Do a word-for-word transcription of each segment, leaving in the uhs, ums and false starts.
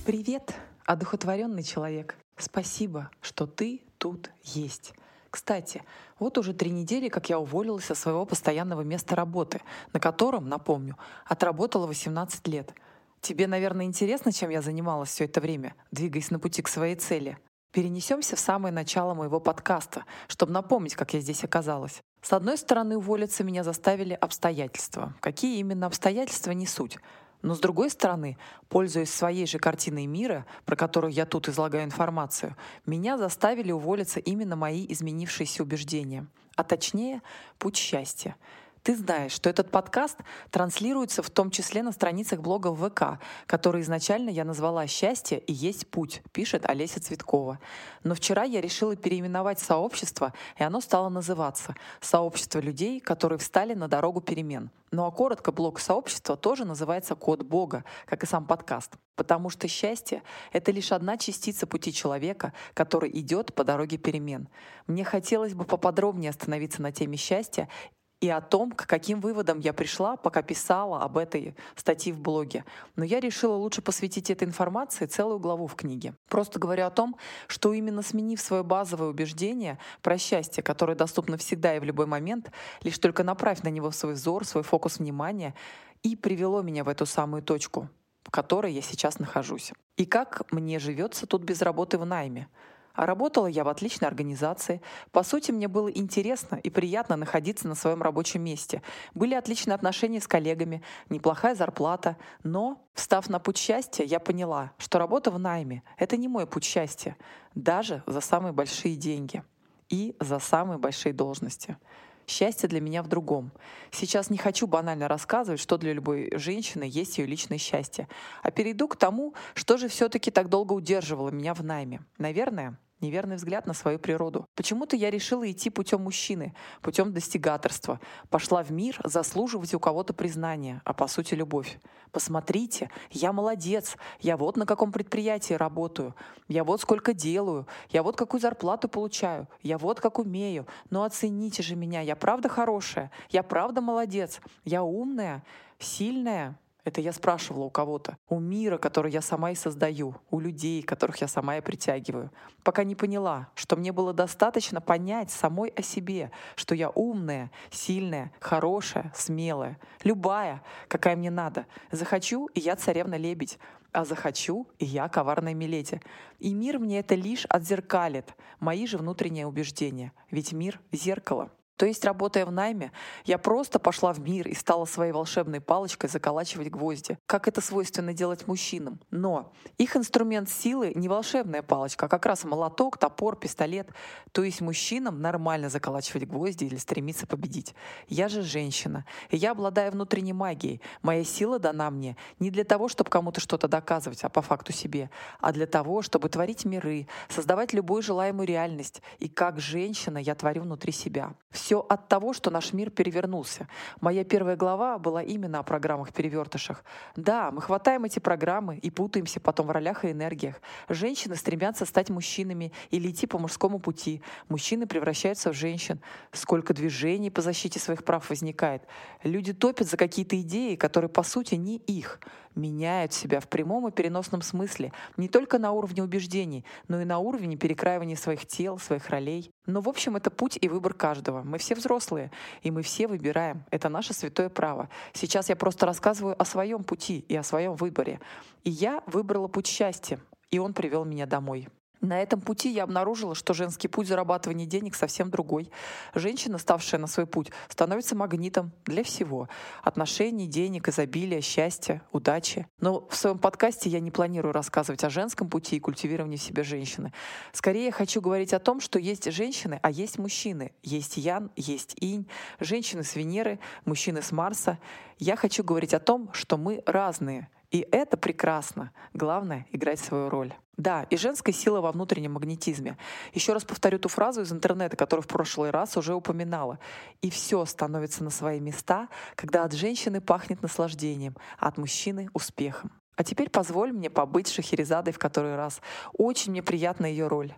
Привет, одухотворенный человек. Спасибо, что ты тут есть. Кстати, вот уже три недели, как я уволилась со своего постоянного места работы, на котором, напомню, отработала восемнадцать лет. Тебе, наверное, интересно, чем я занималась все это время, двигаясь на пути к своей цели? Перенесемся в самое начало моего подкаста, чтобы напомнить, как я здесь оказалась. С одной стороны, уволиться меня заставили обстоятельства. Какие именно обстоятельства, не суть. Но с другой стороны, пользуясь своей же картиной мира, про которую я тут излагаю информацию, меня заставили уволиться именно мои изменившиеся убеждения, а точнее, путь счастья. Ты знаешь, что этот подкаст транслируется в том числе на страницах блога в ВК, который изначально я назвала «Счастье и есть путь», пишет Олеся Цветкова. Но вчера я решила переименовать сообщество, и оно стало называться «Сообщество людей, которые встали на дорогу перемен». Ну а коротко блог сообщества тоже называется «Код Бога», как и сам подкаст. Потому что счастье — это лишь одна частица пути человека, который идет по дороге перемен. Мне хотелось бы поподробнее остановиться на теме счастья и о том, к каким выводам я пришла, пока писала об этой статье в блоге. Но я решила лучше посвятить этой информации целую главу в книге. Просто говорю о том, что именно сменив свое базовое убеждение про счастье, которое доступно всегда и в любой момент, лишь только направь на него свой взор, свой фокус внимания, и привело меня в эту самую точку, в которой я сейчас нахожусь. И как мне живется тут без работы в найме. А работала я в отличной организации. По сути, мне было интересно и приятно находиться на своем рабочем месте. Были отличные отношения с коллегами, неплохая зарплата. Но, встав на путь счастья, я поняла, что работа в найме — это не мой путь счастья, даже за самые большие деньги и за самые большие должности. Счастье для меня в другом. Сейчас не хочу банально рассказывать, что для любой женщины есть ее личное счастье, а перейду к тому, что же все-таки так долго удерживало меня в найме. Наверное, неверный взгляд на свою природу. Почему-то я решила идти путем мужчины, путем достигаторства. Пошла в мир заслуживать у кого-то признания, а по сути любовь. Посмотрите, я молодец, я вот на каком предприятии работаю, я вот сколько делаю, я вот какую зарплату получаю, я вот как умею. Но оцените же меня, я правда хорошая, я правда молодец, я умная, сильная. Это я спрашивала у кого-то. У мира, который я сама и создаю. У людей, которых я сама и притягиваю. Пока не поняла, что мне было достаточно понять самой о себе, что я умная, сильная, хорошая, смелая. Любая, какая мне надо. Захочу, и я царевна-лебедь. А захочу, и я коварная Миледи. И мир мне это лишь отзеркалит. Мои же внутренние убеждения. Ведь мир — зеркало. То есть, работая в найме, я просто пошла в мир и стала своей волшебной палочкой заколачивать гвозди, как это свойственно делать мужчинам. Но их инструмент силы не волшебная палочка, а как раз молоток, топор, пистолет. То есть мужчинам нормально заколачивать гвозди или стремиться победить. Я же женщина, и я обладаю внутренней магией. Моя сила дана мне не для того, чтобы кому-то что-то доказывать, а по факту себе, а для того, чтобы творить миры, создавать любую желаемую реальность. И как женщина я творю внутри себя. Все от того, что наш мир перевернулся. Моя первая глава была именно о программах-перевертышах. Да, мы хватаем эти программы и путаемся потом в ролях и энергиях. Женщины стремятся стать мужчинами или идти по мужскому пути. Мужчины превращаются в женщин. Сколько движений по защите своих прав возникает. Люди топят за какие-то идеи, которые по сути не их. Меняют себя в прямом и переносном смысле. Не только на уровне убеждений, но и на уровне перекраивания своих тел, своих ролей. Но в общем это путь и выбор каждого. Мы все взрослые, и мы все выбираем. Это наше святое право. Сейчас я просто рассказываю о своем пути и о своем выборе. И я выбрала путь счастья, и он привел меня домой. На этом пути я обнаружила, что женский путь зарабатывания денег совсем другой. Женщина, ставшая на свой путь, становится магнитом для всего. Отношений, денег, изобилия, счастья, удачи. Но в своем подкасте я не планирую рассказывать о женском пути и культивировании в себе женщины. Скорее, я хочу говорить о том, что есть женщины, а есть мужчины. Есть Ян, есть Инь, женщины с Венеры, мужчины с Марса. Я хочу говорить о том, что мы разные. И это прекрасно. Главное — играть свою роль. Да, и женская сила во внутреннем магнетизме. Еще раз повторю ту фразу из интернета, которую в прошлый раз уже упоминала. И все становится на свои места, когда от женщины пахнет наслаждением, а от мужчины — успехом. А теперь позволь мне побыть Шахерезадой в который раз. Очень мне приятна ее роль.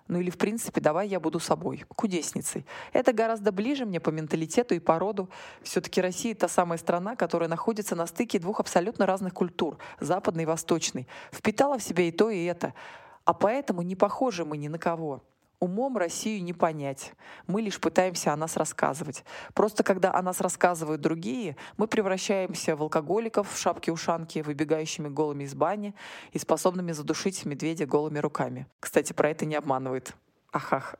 Ну или в принципе давай я буду собой, кудесницей. Это гораздо ближе мне по менталитету и по роду. Все-таки Россия — та самая страна, которая находится на стыке двух абсолютно разных культур, западной и восточной. Впитала в себя и то, и это. А поэтому не похожи мы ни на кого. Умом Россию не понять. Мы лишь пытаемся о нас рассказывать. Просто когда о нас рассказывают другие, мы превращаемся в алкоголиков в шапке-ушанке, выбегающими голыми из бани и способными задушить медведя голыми руками. Кстати, про это не обманывает. Ахах.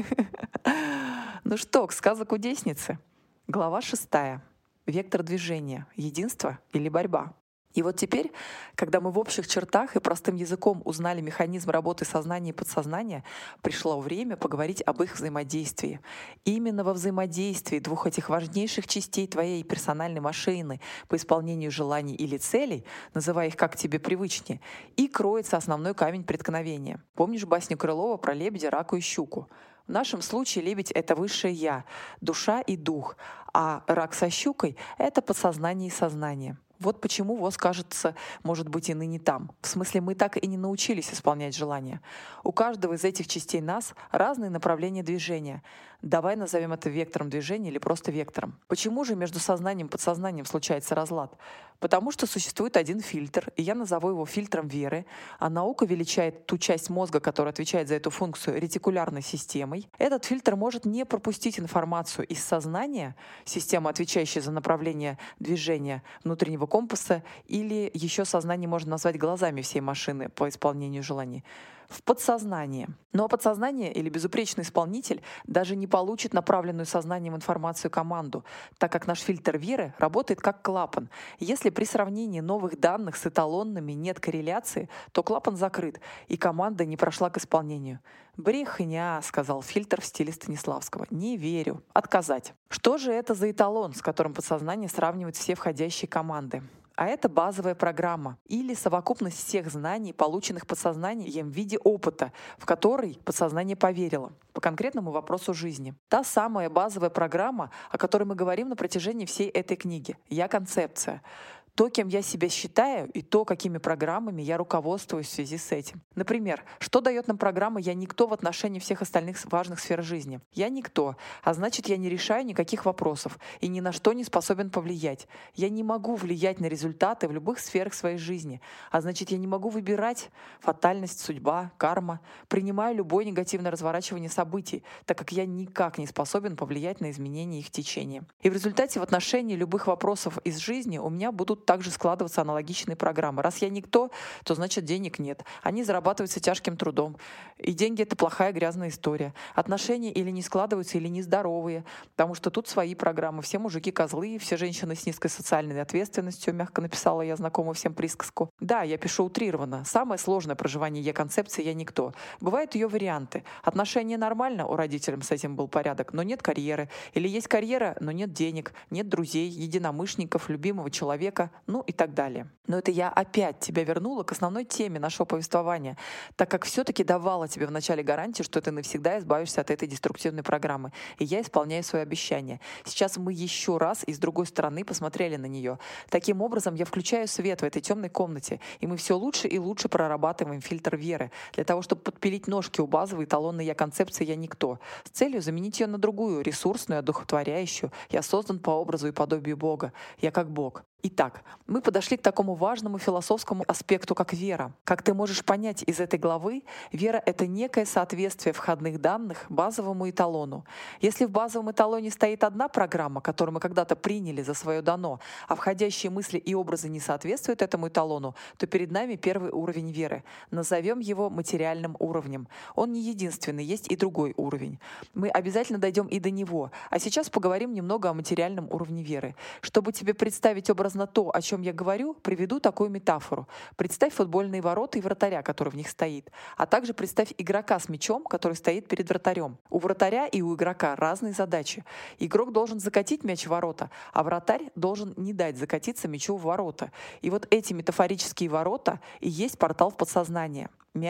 Ну что, к сказу кудесницы. Глава шестая. Вектор движения. Единство или борьба? И вот теперь, когда мы в общих чертах и простым языком узнали механизм работы сознания и подсознания, пришло время поговорить об их взаимодействии. И именно во взаимодействии двух этих важнейших частей твоей персональной машины по исполнению желаний или целей, называя их как тебе привычнее, и кроется основной камень преткновения. Помнишь басню Крылова про лебедя, раку и щуку? В нашем случае лебедь — это высшее «я», душа и дух, а рак со щукой — это подсознание и сознание. Вот почему ВОЗ, кажется, может быть и ныне там. В смысле, мы так и не научились исполнять желания. У каждого из этих частей нас разные направления движения. Давай назовем это вектором движения или просто вектором. Почему же между сознанием и подсознанием случается разлад? Потому что существует один фильтр, и я назову его фильтром веры, а наука величает ту часть мозга, которая отвечает за эту функцию, ретикулярной системой. Этот фильтр может не пропустить информацию из сознания, система, отвечающая за направление движения внутреннего компаса, или еще сознание можно назвать глазами всей машины по исполнению желаний, в подсознание. Но подсознание или безупречный исполнитель даже не получит направленную сознанием информацию команду, так как наш фильтр веры работает как клапан. Если при сравнении новых данных с эталонными нет корреляции, то клапан закрыт, и команда не прошла к исполнению. «Брехня», — сказал фильтр в стиле Станиславского. «Не верю. Отказать». Что же это за эталон, с которым подсознание сравнивает все входящие команды? А это базовая программа или совокупность всех знаний, полученных подсознанием в виде опыта, в который подсознание поверило по конкретному вопросу жизни. Та самая базовая программа, о которой мы говорим на протяжении всей этой книги. «Я-концепция». То, кем я себя считаю, и то, какими программами я руководствуюсь в связи с этим. Например, что дает нам программа «Я никто» в отношении всех остальных важных сфер жизни? Я никто, а значит, я не решаю никаких вопросов и ни на что не способен повлиять. Я не могу влиять на результаты в любых сферах своей жизни, а значит, я не могу выбирать фатальность, судьба, карма, принимаю любое негативное разворачивание событий, так как я никак не способен повлиять на изменение их течения. И в результате в отношении любых вопросов из жизни у меня будут также складываться аналогичные программы. Раз я никто, то значит денег нет. Они зарабатываются тяжким трудом. И деньги — это плохая грязная история. Отношения или не складываются, или нездоровые, потому что тут свои программы. Все мужики козлы, все женщины с низкой социальной ответственностью, мягко написала я знакомую всем присказку. Да, я пишу утрированно. Самое сложное проживание я-концепции «я никто». Бывают ее варианты. Отношения нормально, у родителей с этим был порядок, но нет карьеры. Или есть карьера, но нет денег, нет друзей, единомышленников, любимого человека, ну и так далее. Но это я опять тебя вернула к основной теме нашего повествования, так как все-таки давала тебе вначале гарантию, что ты навсегда избавишься от этой деструктивной программы. И я исполняю свое обещание. Сейчас мы еще раз и с другой стороны посмотрели на нее. Таким образом, я включаю свет в этой темной комнате, и мы все лучше и лучше прорабатываем фильтр веры для того, чтобы подпилить ножки у базовой эталонной я-концепции «я никто», с целью заменить ее на другую, ресурсную, одухотворяющую. Я создан по образу и подобию Бога. Я как Бог. Итак, мы подошли к такому важному философскому аспекту, как вера. Как ты можешь понять из этой главы, вера — это некое соответствие входных данных базовому эталону. Если в базовом эталоне стоит одна программа, которую мы когда-то приняли за свое дано, а входящие мысли и образы не соответствуют этому эталону, то перед нами первый уровень веры. Назовем его материальным уровнем. Он не единственный, есть и другой уровень. Мы обязательно дойдем и до него. А сейчас поговорим немного о материальном уровне веры. Чтобы тебе представить образ на то, о чем я говорю, приведу такую метафору. Представь футбольные ворота и вратаря, который в них стоит, а также представь игрока с мячом, который стоит перед вратарем. У вратаря и у игрока разные задачи. Игрок должен закатить мяч в ворота, а вратарь должен не дать закатиться мячу в ворота. И вот эти метафорические ворота и есть портал в подсознание. Мяч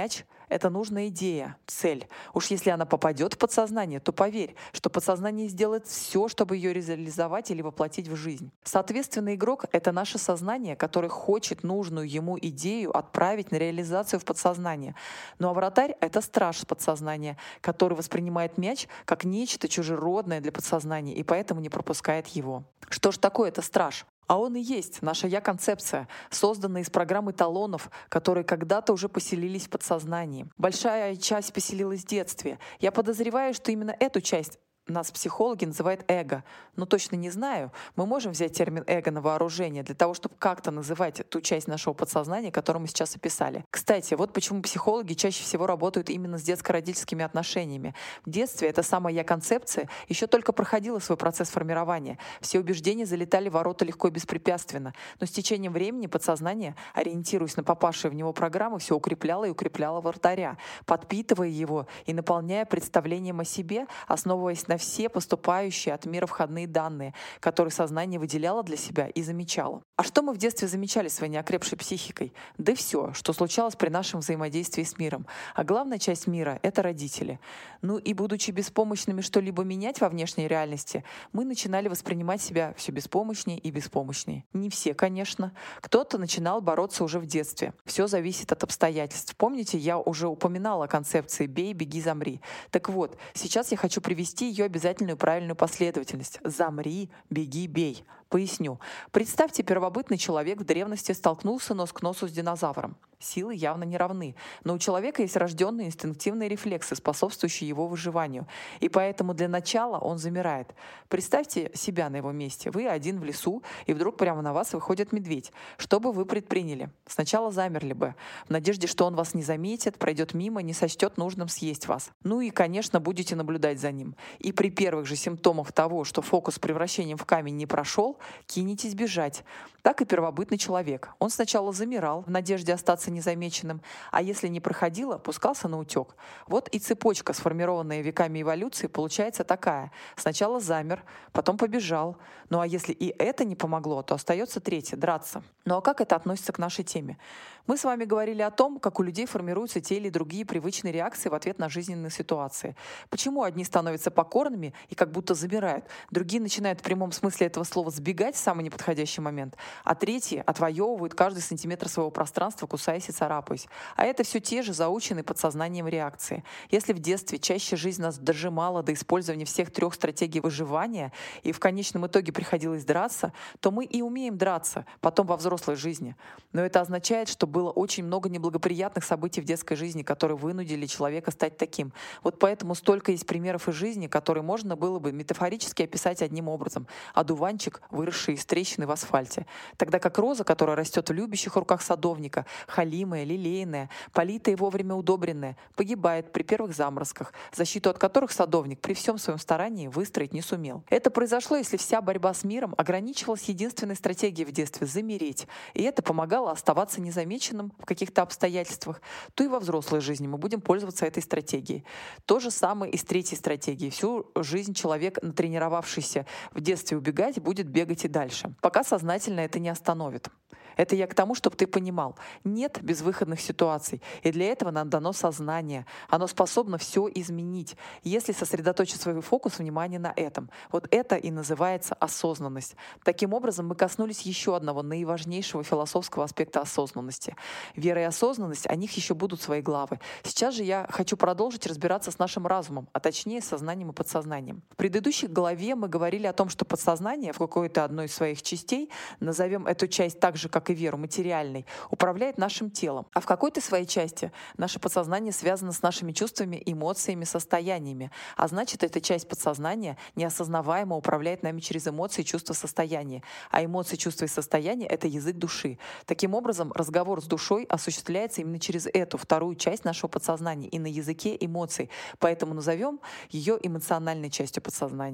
Это нужная идея, цель. Уж если она попадет в подсознание, то поверь, что подсознание сделает все, чтобы ее реализовать или воплотить в жизнь. Соответственно, игрок — это наше сознание, которое хочет нужную ему идею отправить на реализацию в подсознание. Ну а вратарь — это страж подсознания, который воспринимает мяч как нечто чужеродное для подсознания и поэтому не пропускает его. Что ж такое это страж? А он и есть наша «я-концепция», созданная из программ эталонов, которые когда-то уже поселились в подсознании. Большая часть поселилась в детстве. Я подозреваю, что именно эту часть нас психологи называют эго. Но точно не знаю. Мы можем взять термин эго на вооружение для того, чтобы как-то называть ту часть нашего подсознания, которую мы сейчас описали. Кстати, вот почему психологи чаще всего работают именно с детско-родительскими отношениями. В детстве эта самая «я-концепция» еще только проходила свой процесс формирования. Все убеждения залетали в ворота легко и беспрепятственно. Но с течением времени подсознание, ориентируясь на попавшие в него программы, все укрепляло и укрепляло вратаря, подпитывая его и наполняя представлением о себе, основываясь на все поступающие от мира входные данные, которые сознание выделяло для себя и замечало. А что мы в детстве замечали своей неокрепшей психикой? Да все, что случалось при нашем взаимодействии с миром. А главная часть мира — это родители. Ну и будучи беспомощными что-либо менять во внешней реальности, мы начинали воспринимать себя все беспомощнее и беспомощнее. Не все, конечно. Кто-то начинал бороться уже в детстве. Все зависит от обстоятельств. Помните, я уже упоминала о концепции «бей, беги, замри». Так вот, сейчас я хочу привести ее обязательную правильную последовательность. Замри, беги, бей. Поясню. Представьте, первобытный человек в древности столкнулся нос к носу с динозавром. Силы явно не равны, но у человека есть рожденные инстинктивные рефлексы, способствующие его выживанию. И поэтому для начала он замирает. Представьте себя на его месте. Вы один в лесу, и вдруг прямо на вас выходит медведь. Что бы вы предприняли? Сначала замерли бы, в надежде, что он вас не заметит, пройдет мимо, не сочтет нужным съесть вас. Ну и, конечно, будете наблюдать за ним. И при первых же симптомах того, что фокус с превращением в камень не прошел, кинетесь бежать. Так и первобытный человек. Он сначала замирал в надежде остаться незамеченным, а если не проходило, пускался на утек. Вот и цепочка, сформированная веками эволюции, получается такая. Сначала замер, потом побежал. Ну а если и это не помогло, то остается третье — драться. Ну а как это относится к нашей теме? Мы с вами говорили о том, как у людей формируются те или другие привычные реакции в ответ на жизненные ситуации. Почему одни становятся покорными и как будто замирают, другие начинают в прямом смысле этого слова сбегать в самый неподходящий момент, а третьи отвоевывают каждый сантиметр своего пространства, кусаясь и царапаясь. А это все те же заученные подсознанием реакции. Если в детстве чаще жизнь нас дожимала до использования всех трех стратегий выживания и в конечном итоге приходилось драться, то мы и умеем драться потом во взрослой жизни. Но это означает, что было очень много неблагоприятных событий в детской жизни, которые вынудили человека стать таким. Вот поэтому столько есть примеров из жизни, которые можно было бы метафорически описать одним образом. Одуванчик, выросший из трещины в асфальте. Тогда как роза, которая растет в любящих руках садовника, халимая, лилейная, политая и вовремя удобренная, погибает при первых заморозках, защиту от которых садовник при всем своем старании выстроить не сумел. Это произошло, если вся борьба с миром ограничивалась единственной стратегией в детстве — замереть. И это помогало оставаться незамеченным в каких-то обстоятельствах, то и во взрослой жизни мы будем пользоваться этой стратегией. То же самое и с третьей стратегией. Всю жизнь человек, натренировавшийся в детстве убегать, будет бегать и дальше, пока сознательно это не остановит. Это я к тому, чтобы ты понимал. Нет безвыходных ситуаций. И для этого нам дано сознание. Оно способно все изменить, если сосредоточить свой фокус внимания на этом. Вот это и называется осознанность. Таким образом, мы коснулись еще одного наиважнейшего философского аспекта осознанности. Вера и осознанность, о них еще будут свои главы. Сейчас же я хочу продолжить разбираться с нашим разумом, а точнее с сознанием и подсознанием. В предыдущей главе мы говорили о том, что подсознание в какой-то одной из своих частей, назовем эту часть так же, как и веру, материальной, управляет нашим телом. А в какой-то своей части наше подсознание связано с нашими чувствами, эмоциями, состояниями. А значит, эта часть подсознания неосознаваемо управляет нами через эмоции, чувства, состояния. А эмоции, чувства и состояния — это язык души. Таким образом, разговор с душой осуществляется именно через эту вторую часть нашего подсознания и на языке эмоций. Поэтому назовем ее эмоциональной частью подсознания.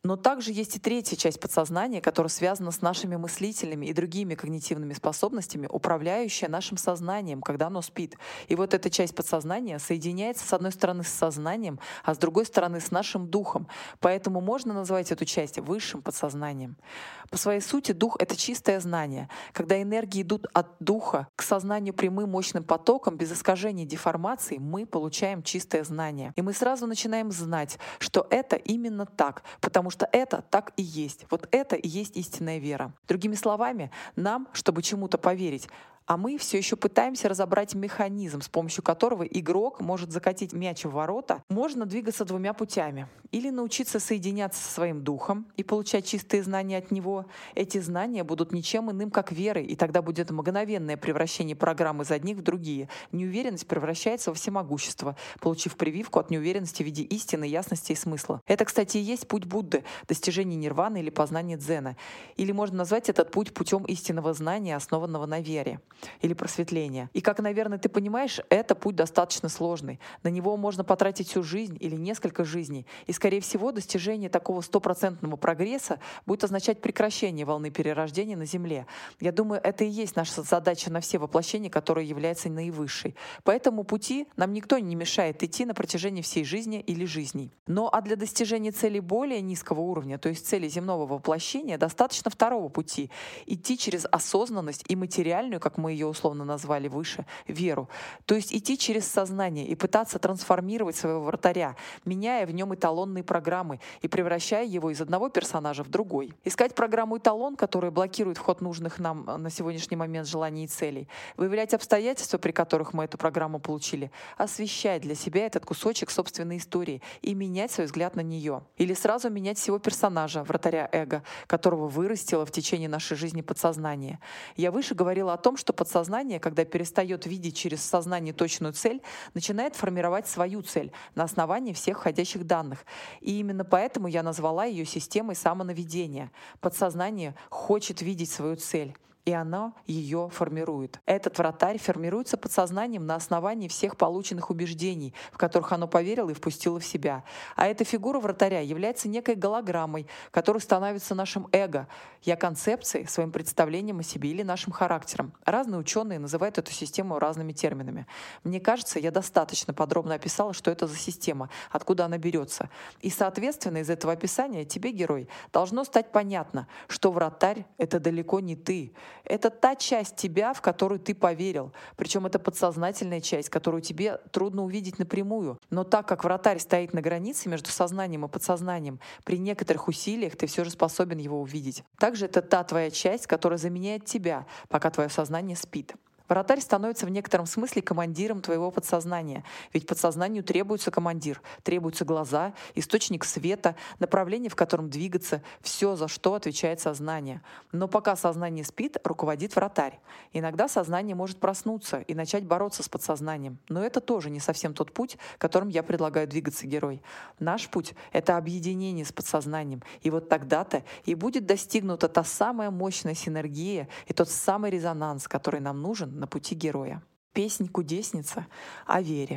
Но также есть и третья часть подсознания, которая связана с нашими мыслительными и другими когнитивными способностями, управляющая нашим сознанием, когда оно спит. И вот эта часть подсознания соединяется с одной стороны с сознанием, а с другой стороны с нашим духом. Поэтому можно назвать эту часть высшим подсознанием. По своей сути, дух — это чистое знание. Когда энергии идут от духа к сознанию прямым мощным потоком, без искажений, деформаций, мы получаем чистое знание. И мы сразу начинаем знать, что это именно так, потому что это так и есть. Вот это и есть истинная вера. Другими словами, нам, чтобы чему-то поверить, а мы все еще пытаемся разобрать механизм, с помощью которого игрок может закатить мяч в ворота. Можно двигаться двумя путями. Или научиться соединяться со своим духом и получать чистые знания от него. Эти знания будут ничем иным, как верой, и тогда будет мгновенное превращение программ из одних в другие. Неуверенность превращается во всемогущество, получив прививку от неуверенности в виде истины, ясности и смысла. Это, кстати, и есть путь Будды, достижение нирваны или познание дзена. Или можно назвать этот путь путем истинного знания, основанного на вере. Или просветления. И, как, наверное, ты понимаешь, это путь достаточно сложный. На него можно потратить всю жизнь или несколько жизней. И, скорее всего, достижение такого стопроцентного прогресса будет означать прекращение волны перерождения на Земле. Я думаю, это и есть наша задача на все воплощения, которая является наивысшей. По этому пути нам никто не мешает идти на протяжении всей жизни или жизней. Но а для достижения целей более низкого уровня, то есть цели земного воплощения, достаточно второго пути — идти через осознанность и материальную, как мы мы ее условно назвали выше, веру. То есть идти через сознание и пытаться трансформировать своего вратаря, меняя в нем эталонные программы и превращая его из одного персонажа в другой. Искать программу эталон, которая блокирует вход нужных нам на сегодняшний момент желаний и целей. Выявлять обстоятельства, при которых мы эту программу получили. Освещать для себя этот кусочек собственной истории и менять свой взгляд на нее. Или сразу менять всего персонажа, вратаря эго, которого вырастило в течение нашей жизни подсознание. Я выше говорила о том, что подсознание, когда перестает видеть через сознание точную цель, начинает формировать свою цель на основании всех входящих данных. И именно поэтому я назвала ее системой самонаведения. Подсознание хочет видеть свою цель, и она ее формирует. Этот вратарь формируется подсознанием на основании всех полученных убеждений, в которых оно поверило и впустило в себя. А эта фигура вратаря является некой голограммой, которая становится нашим эго, я-концепцией, своим представлением о себе или нашим характером. Разные ученые называют эту систему разными терминами. Мне кажется, я достаточно подробно описала, что это за система, откуда она берется. И, соответственно, из этого описания тебе, герой, должно стать понятно, что вратарь — это далеко не ты. Это та часть тебя, в которую ты поверил. Причем это подсознательная часть, которую тебе трудно увидеть напрямую. Но так как вратарь стоит на границе между сознанием и подсознанием, при некоторых усилиях ты все же способен его увидеть. Также это та твоя часть, которая заменяет тебя, пока твое сознание спит. Вратарь становится в некотором смысле командиром твоего подсознания. Ведь подсознанию требуется командир, требуются глаза, источник света, направление, в котором двигаться, все, за что отвечает сознание. Но пока сознание спит, руководит вратарь. Иногда сознание может проснуться и начать бороться с подсознанием. Но это тоже не совсем тот путь, которым я предлагаю двигаться, герой. Наш путь — это объединение с подсознанием. И вот тогда-то и будет достигнута та самая мощная синергия и тот самый резонанс, который нам нужен на пути героя. Песнь кудесница о вере.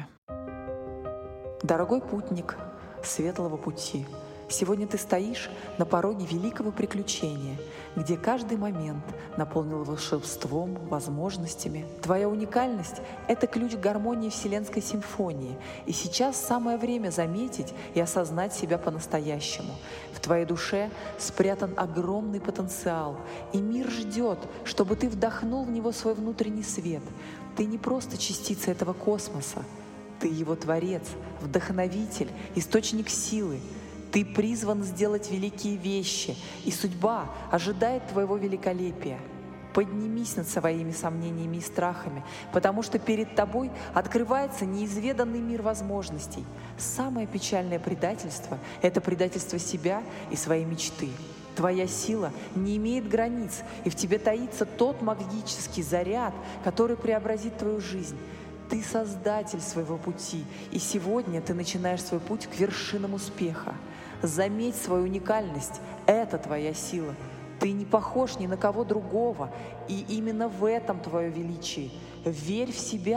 Дорогой путник светлого пути, сегодня ты стоишь на пороге великого приключения, где каждый момент наполнил волшебством, возможностями. Твоя уникальность — это ключ к гармонии вселенской симфонии, и сейчас самое время заметить и осознать себя по-настоящему. В твоей душе спрятан огромный потенциал, и мир ждет, чтобы ты вдохнул в него свой внутренний свет. Ты не просто частица этого космоса, ты его творец, вдохновитель, источник силы. Ты призван сделать великие вещи, и судьба ожидает твоего великолепия. Поднимись над своими сомнениями и страхами, потому что перед тобой открывается неизведанный мир возможностей. Самое печальное предательство — это предательство себя и своей мечты. Твоя сила не имеет границ, и в тебе таится тот магический заряд, который преобразит твою жизнь. Ты создатель своего пути, и сегодня ты начинаешь свой путь к вершинам успеха. Заметь свою уникальность — это твоя сила. Ты не похож ни на кого другого, и именно в этом твое величие. Верь в себя,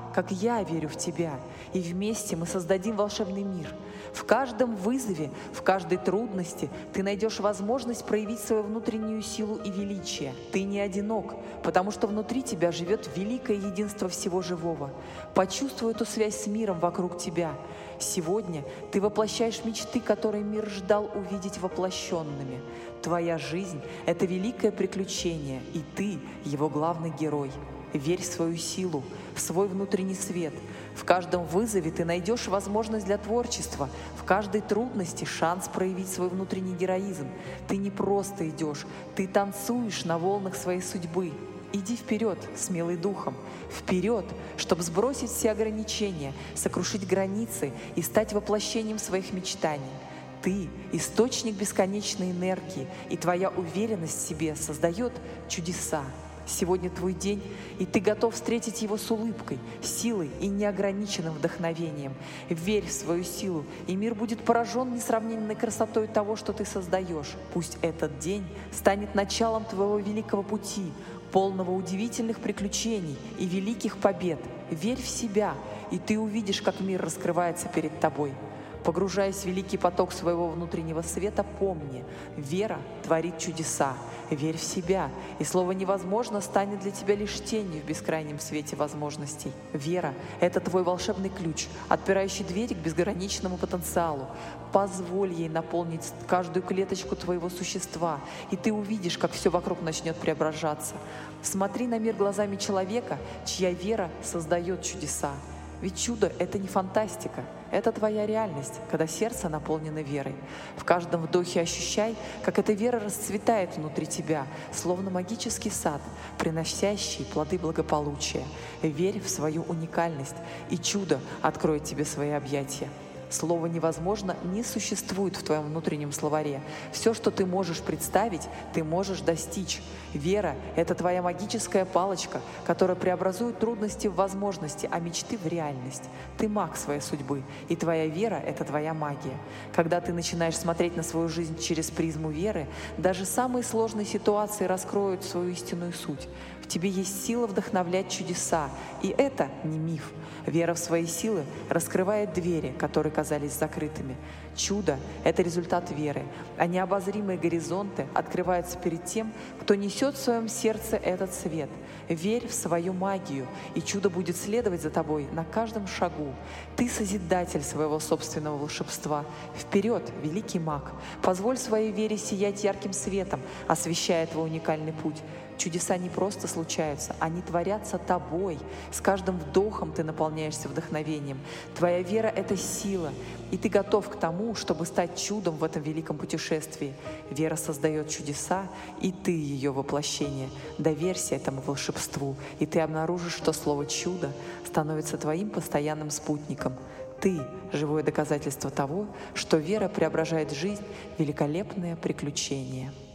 как я верю в тебя, и вместе мы создадим волшебный мир. В каждом вызове, в каждой трудности ты найдешь возможность проявить свою внутреннюю силу и величие. Ты не одинок, потому что внутри тебя живет великое единство всего живого. Почувствуй эту связь с миром вокруг тебя. Сегодня ты воплощаешь мечты, которые мир ждал увидеть воплощенными. Твоя жизнь — это великое приключение, и ты его главный герой. Верь в свою силу, в свой внутренний свет. В каждом вызове ты найдешь возможность для творчества, в каждой трудности шанс проявить свой внутренний героизм. Ты не просто идешь, ты танцуешь на волнах своей судьбы. Иди вперед, смелый духом, вперед, чтобы сбросить все ограничения, сокрушить границы и стать воплощением своих мечтаний. Ты — источник бесконечной энергии, и твоя уверенность в себе создает чудеса. Сегодня твой день, и ты готов встретить его с улыбкой, силой и неограниченным вдохновением. Верь в свою силу, и мир будет поражен несравненной красотой того, что ты создаешь. Пусть этот день станет началом твоего великого пути, полного удивительных приключений и великих побед. Верь в себя, и ты увидишь, как мир раскрывается перед тобой. Погружаясь в великий поток своего внутреннего света, помни, вера творит чудеса. Верь в себя, и слово «невозможно» станет для тебя лишь тенью в бескрайнем свете возможностей. Вера — это твой волшебный ключ, отпирающий дверь к безграничному потенциалу. Позволь ей наполнить каждую клеточку твоего существа, и ты увидишь, как все вокруг начнет преображаться. Смотри на мир глазами человека, чья вера создает чудеса. Ведь чудо — это не фантастика, это твоя реальность, когда сердце наполнено верой. В каждом вдохе ощущай, как эта вера расцветает внутри тебя, словно магический сад, приносящий плоды благополучия. Верь в свою уникальность, и чудо откроет тебе свои объятия. Слово «невозможно» не существует в твоем внутреннем словаре. Все, что ты можешь представить, ты можешь достичь. Вера — это твоя магическая палочка, которая преобразует трудности в возможности, а мечты в реальность. Ты маг своей судьбы, и твоя вера — это твоя магия. Когда ты начинаешь смотреть на свою жизнь через призму веры, даже самые сложные ситуации раскроют свою истинную суть. В тебе есть сила вдохновлять чудеса, и это не миф. Вера в свои силы раскрывает двери, которые казались закрытыми. Чудо — это результат веры, а необозримые горизонты открываются перед тем, кто несет в своем сердце этот свет. Верь в свою магию, и чудо будет следовать за тобой на каждом шагу. Ты созидатель своего собственного волшебства. Вперед, великий маг! Позволь своей вере сиять ярким светом, освещая твой уникальный путь. Чудеса не просто случаются, они творятся тобой. С каждым вдохом ты наполняешься вдохновением. Твоя вера — это сила, и ты готов к тому, чтобы стать чудом в этом великом путешествии. Вера создает чудеса, и ты ее воплощение. Доверься этому волшебству, и ты обнаружишь, что слово «чудо» становится твоим постоянным спутником. Ты — живое доказательство того, что вера преображает жизнь в великолепное приключение.